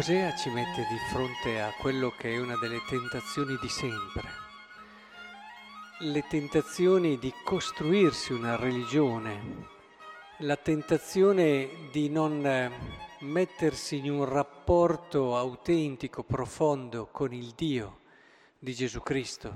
Osea ci mette di fronte a quello che è una delle tentazioni di sempre, le tentazioni di costruirsi una religione, la tentazione di non mettersi in un rapporto autentico, profondo con il Dio di Gesù Cristo.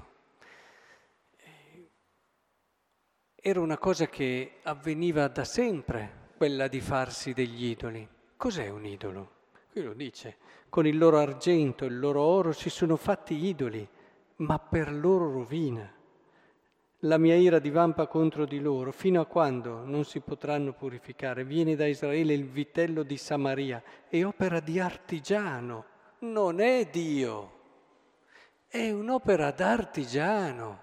Era una cosa che avveniva da sempre, quella di farsi degli idoli. Cos'è un idolo? Qui lo dice, con il loro argento, il loro oro si sono fatti idoli, ma per loro rovina. La mia ira divampa contro di loro, fino a quando non si potranno purificare. Viene da Israele il vitello di Samaria, è opera di artigiano, non è Dio, è un'opera d'artigiano.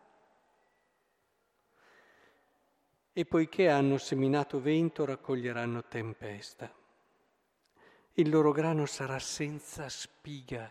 E poiché hanno seminato vento, raccoglieranno tempesta. Il loro grano sarà senza spiga.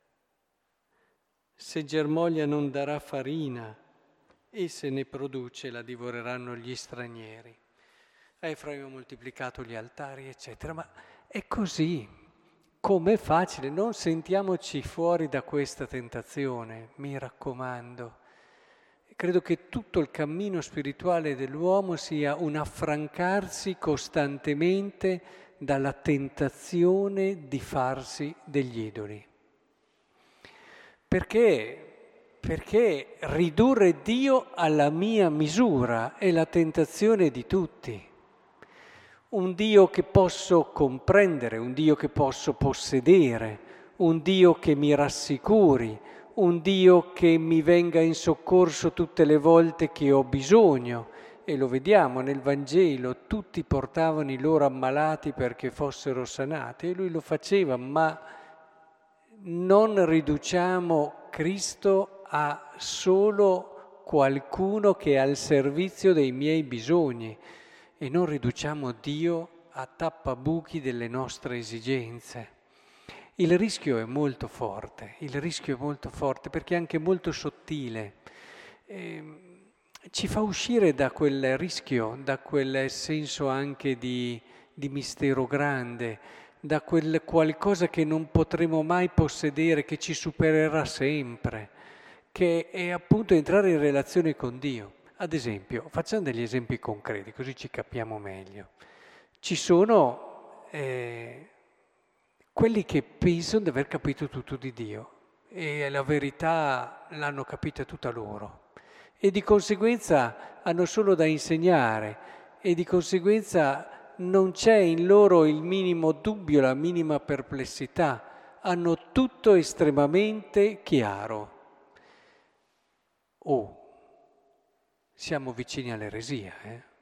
Se germoglia non darà farina, e se ne produce la divoreranno gli stranieri. A Efraimo ha moltiplicato gli altari, eccetera. Ma è così. Com'è facile, non sentiamoci fuori da questa tentazione, mi raccomando. Credo che tutto il cammino spirituale dell'uomo sia un affrancarsi costantemente dalla tentazione di farsi degli idoli. Perché ridurre Dio alla mia misura è la tentazione di tutti. Un Dio che posso comprendere, un Dio che posso possedere, un Dio che mi rassicuri, un Dio che mi venga in soccorso tutte le volte che ho bisogno. E lo vediamo nel Vangelo, tutti portavano i loro ammalati perché fossero sanati e lui lo faceva, ma non riduciamo Cristo a solo qualcuno che è al servizio dei miei bisogni e non riduciamo Dio a tappabuchi delle nostre esigenze. Il rischio è molto forte perché è anche molto sottile. Ci fa uscire da quel rischio, da quel senso anche di mistero grande, da quel qualcosa che non potremo mai possedere, che ci supererà sempre, che è appunto entrare in relazione con Dio. Ad esempio, facciamo degli esempi concreti, così ci capiamo meglio. Ci sono quelli che pensano di aver capito tutto di Dio e la verità l'hanno capita tutta loro. E di conseguenza hanno solo da insegnare e di conseguenza non c'è in loro il minimo dubbio, la minima perplessità, hanno tutto estremamente chiaro. Siamo vicini all'eresia,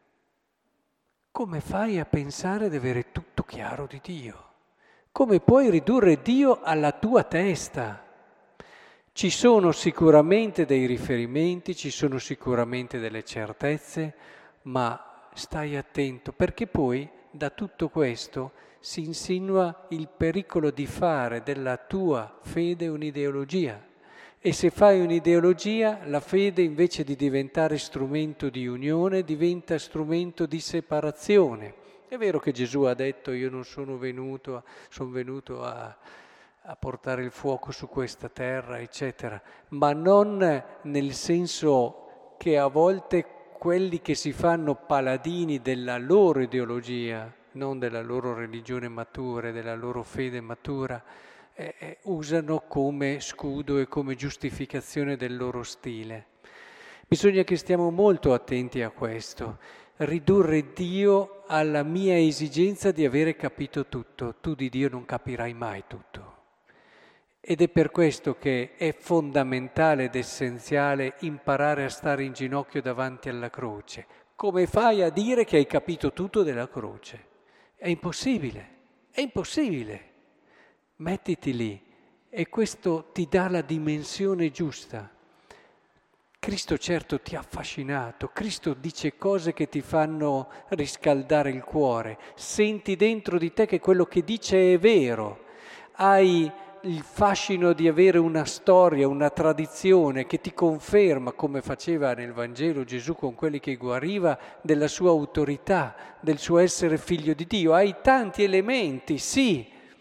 Come fai a pensare di avere tutto chiaro di Dio? Come puoi ridurre Dio alla tua testa? Ci sono sicuramente dei riferimenti, ci sono sicuramente delle certezze, ma stai attento perché poi da tutto questo si insinua il pericolo di fare della tua fede un'ideologia. E se fai un'ideologia, la fede invece di diventare strumento di unione diventa strumento di separazione. È vero che Gesù ha detto io non sono venuto, sono venuto a portare il fuoco su questa terra, eccetera, ma non nel senso che a volte quelli che si fanno paladini della loro ideologia, non della loro religione matura, della loro fede matura, usano come scudo e come giustificazione del loro stile. Bisogna che stiamo molto attenti a questo. Ridurre Dio alla mia esigenza di avere capito tutto. Tu di Dio non capirai mai tutto. Ed è per questo che è fondamentale ed essenziale imparare a stare in ginocchio davanti alla croce. Come fai a dire che hai capito tutto della croce? È impossibile, è impossibile. Mettiti lì e questo ti dà la dimensione giusta. Cristo certo ti ha affascinato, Cristo dice cose che ti fanno riscaldare il cuore, senti dentro di te che quello che dice è vero, hai il fascino di avere una storia, una tradizione che ti conferma, come faceva nel Vangelo Gesù con quelli che guariva, della sua autorità, del suo essere figlio di Dio. Hai tanti elementi, sì,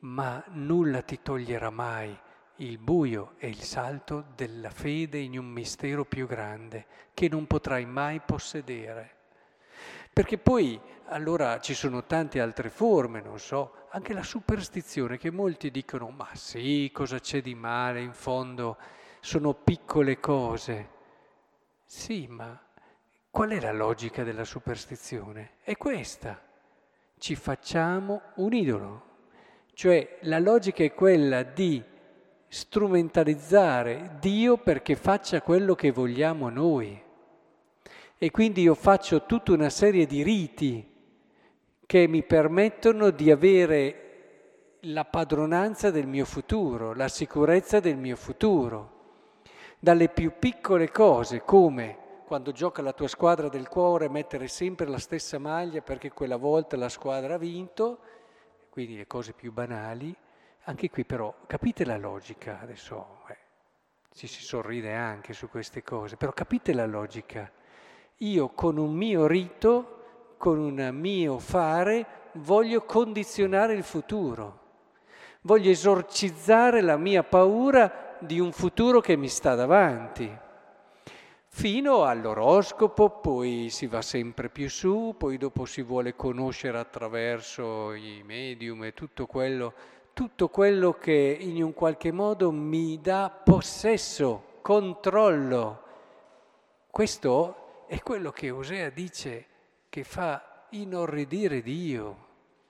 ma nulla ti toglierà mai il buio e il salto della fede in un mistero più grande che non potrai mai possedere. Perché poi allora ci sono tante altre forme, non so, anche la superstizione che molti dicono ma sì, cosa c'è di male, in fondo sono piccole cose. Sì, ma qual è la logica della superstizione? È questa, ci facciamo un idolo. Cioè la logica è quella di strumentalizzare Dio perché faccia quello che vogliamo noi. E quindi io faccio tutta una serie di riti che mi permettono di avere la padronanza del mio futuro, la sicurezza del mio futuro. Dalle più piccole cose, come quando gioca la tua squadra del cuore, mettere sempre la stessa maglia perché quella volta la squadra ha vinto, quindi le cose più banali. Anche qui però, capite la logica? Adesso ci si sorride anche su queste cose, però capite la logica? Io con un mio rito, con un mio fare, voglio condizionare il futuro, voglio esorcizzare la mia paura di un futuro che mi sta davanti. Fino all'oroscopo, poi si va sempre più su, poi dopo si vuole conoscere attraverso i medium e tutto quello che in un qualche modo mi dà possesso, controllo. Questo è quello che Osea dice che fa inorridire Dio.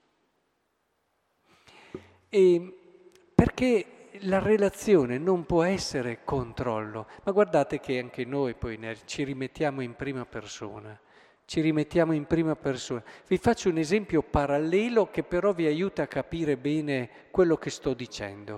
E perché la relazione non può essere controllo, ma guardate che anche noi poi ci rimettiamo in prima persona. Vi faccio un esempio parallelo che però vi aiuta a capire bene quello che sto dicendo.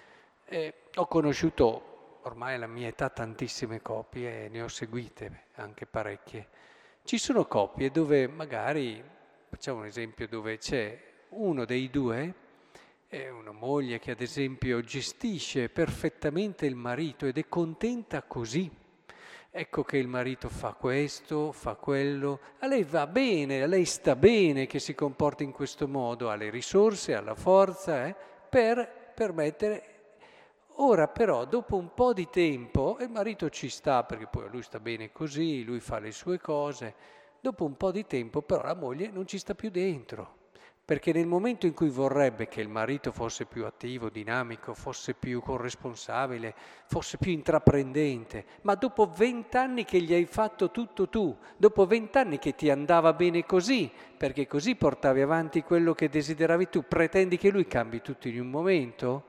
Ho conosciuto ormai alla mia età tantissime coppie, ne ho seguite anche parecchie. Ci sono coppie dove magari, facciamo un esempio, dove c'è uno dei due, è una moglie che ad esempio gestisce perfettamente il marito ed è contenta così. Ecco che il marito fa questo, fa quello, a lei va bene, a lei sta bene che si comporti in questo modo, ha le risorse, ha la forza per permettere. Ora però dopo un po' di tempo, il marito ci sta perché poi lui sta bene così, lui fa le sue cose, dopo un po' di tempo però la moglie non ci sta più dentro. Perché nel momento in cui vorrebbe che il marito fosse più attivo, dinamico, fosse più corresponsabile, fosse più intraprendente, ma dopo 20 anni che gli hai fatto tutto tu, dopo 20 anni che ti andava bene così, perché così portavi avanti quello che desideravi tu, pretendi che lui cambi tutto in un momento?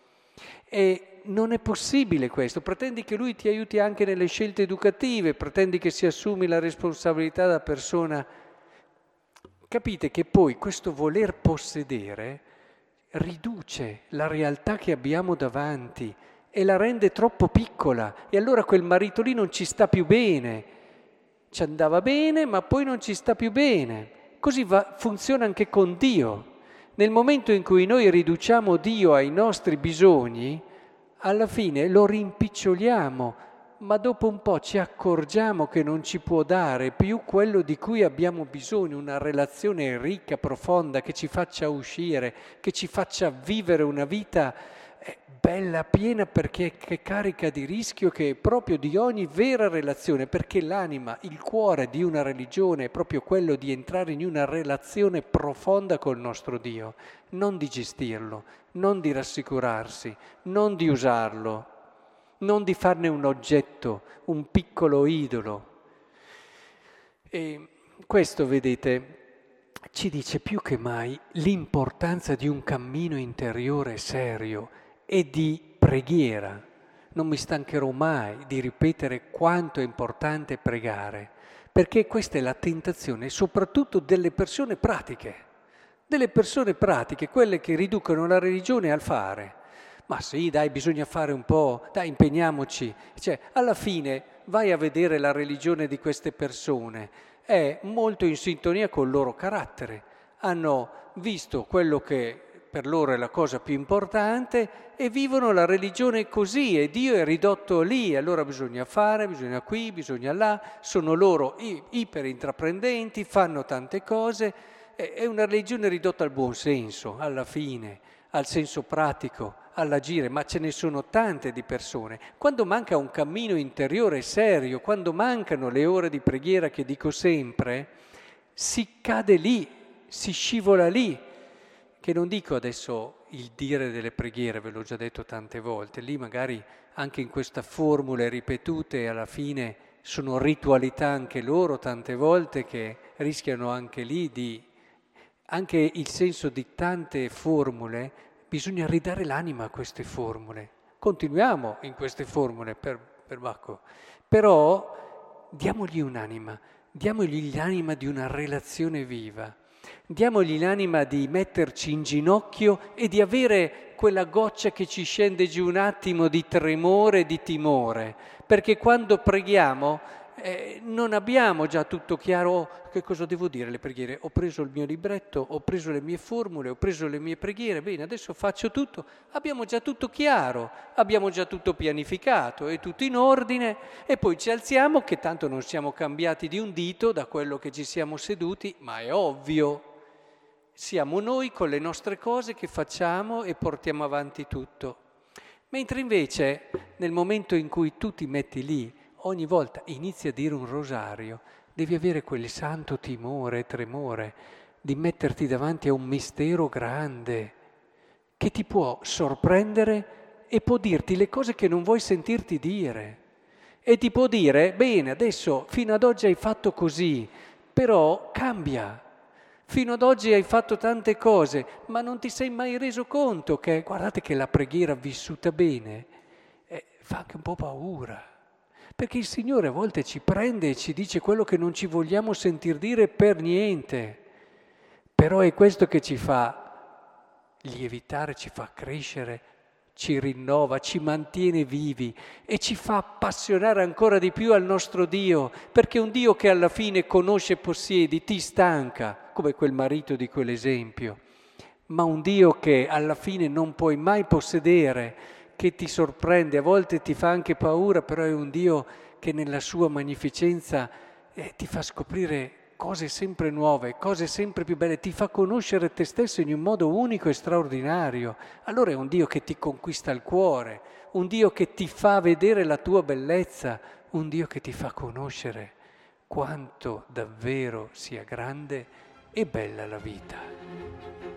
E non è possibile questo, pretendi che lui ti aiuti anche nelle scelte educative, pretendi che si assumi la responsabilità da persona. Capite che poi questo voler possedere riduce la realtà che abbiamo davanti e la rende troppo piccola e allora quel marito lì non ci sta più bene. Ci andava bene ma poi non ci sta più bene. Così funziona anche con Dio. Nel momento in cui noi riduciamo Dio ai nostri bisogni, alla fine lo rimpiccioliamo, ma dopo un po' ci accorgiamo che non ci può dare più quello di cui abbiamo bisogno, una relazione ricca, profonda, che ci faccia uscire, che ci faccia vivere una vita bella, piena, perché è carica di rischio, che è proprio di ogni vera relazione, perché l'anima, il cuore di una religione è proprio quello di entrare in una relazione profonda col nostro Dio, non di gestirlo, non di rassicurarsi, non di usarlo, non di farne un oggetto, un piccolo idolo. E questo, vedete, ci dice più che mai l'importanza di un cammino interiore serio e di preghiera. Non mi stancherò mai di ripetere quanto è importante pregare, perché questa è la tentazione soprattutto delle persone pratiche, quelle che riducono la religione al fare. Ma sì, dai, bisogna fare un po', dai, impegniamoci. Cioè, alla fine vai a vedere la religione di queste persone, è molto in sintonia col loro carattere. Hanno visto quello che per loro è la cosa più importante e vivono la religione così e Dio è ridotto lì, allora bisogna fare, bisogna qui, bisogna là, sono loro iper intraprendenti, fanno tante cose, è una religione ridotta al buon senso, alla fine, al senso pratico, all'agire, ma ce ne sono tante di persone. Quando manca un cammino interiore serio, quando mancano le ore di preghiera che dico sempre, si cade lì, si scivola lì, che non dico adesso il dire delle preghiere, ve l'ho già detto tante volte, lì magari anche in queste formule ripetute alla fine sono ritualità anche loro tante volte che rischiano anche lì di... Anche il senso di tante formule, bisogna ridare l'anima a queste formule. Continuiamo in queste formule per Bacco, però diamogli un'anima, diamogli l'anima di una relazione viva. Diamogli l'anima di metterci in ginocchio e di avere quella goccia che ci scende giù un attimo di tremore, di timore, perché quando preghiamo non abbiamo già tutto chiaro. Oh, che cosa devo dire alle preghiere? Ho preso il mio libretto, ho preso le mie formule, ho preso le mie preghiere, bene, adesso faccio tutto. Abbiamo già tutto chiaro, abbiamo già tutto pianificato, è tutto in ordine e poi ci alziamo che tanto non siamo cambiati di un dito da quello che ci siamo seduti, ma è ovvio. Siamo noi con le nostre cose che facciamo e portiamo avanti tutto. Mentre invece nel momento in cui tu ti metti lì, ogni volta inizi a dire un rosario, devi avere quel santo timore e tremore di metterti davanti a un mistero grande che ti può sorprendere e può dirti le cose che non vuoi sentirti dire. E ti può dire, bene, adesso fino ad oggi hai fatto così, però cambia. Fino ad oggi hai fatto tante cose, ma non ti sei mai reso conto che, guardate che la preghiera vissuta bene fa anche un po' paura. Perché il Signore a volte ci prende e ci dice quello che non ci vogliamo sentir dire per niente. Però è questo che ci fa lievitare, ci fa crescere, ci rinnova, ci mantiene vivi e ci fa appassionare ancora di più al nostro Dio, perché un Dio che alla fine conosce e possiedi ti stanca, come quel marito di quell'esempio, ma un Dio che alla fine non puoi mai possedere, che ti sorprende, a volte ti fa anche paura, però è un Dio che nella sua magnificenza ti fa scoprire cose sempre nuove, cose sempre più belle, ti fa conoscere te stesso in un modo unico e straordinario. Allora è un Dio che ti conquista il cuore, un Dio che ti fa vedere la tua bellezza, un Dio che ti fa conoscere quanto davvero sia grande e bella la vita.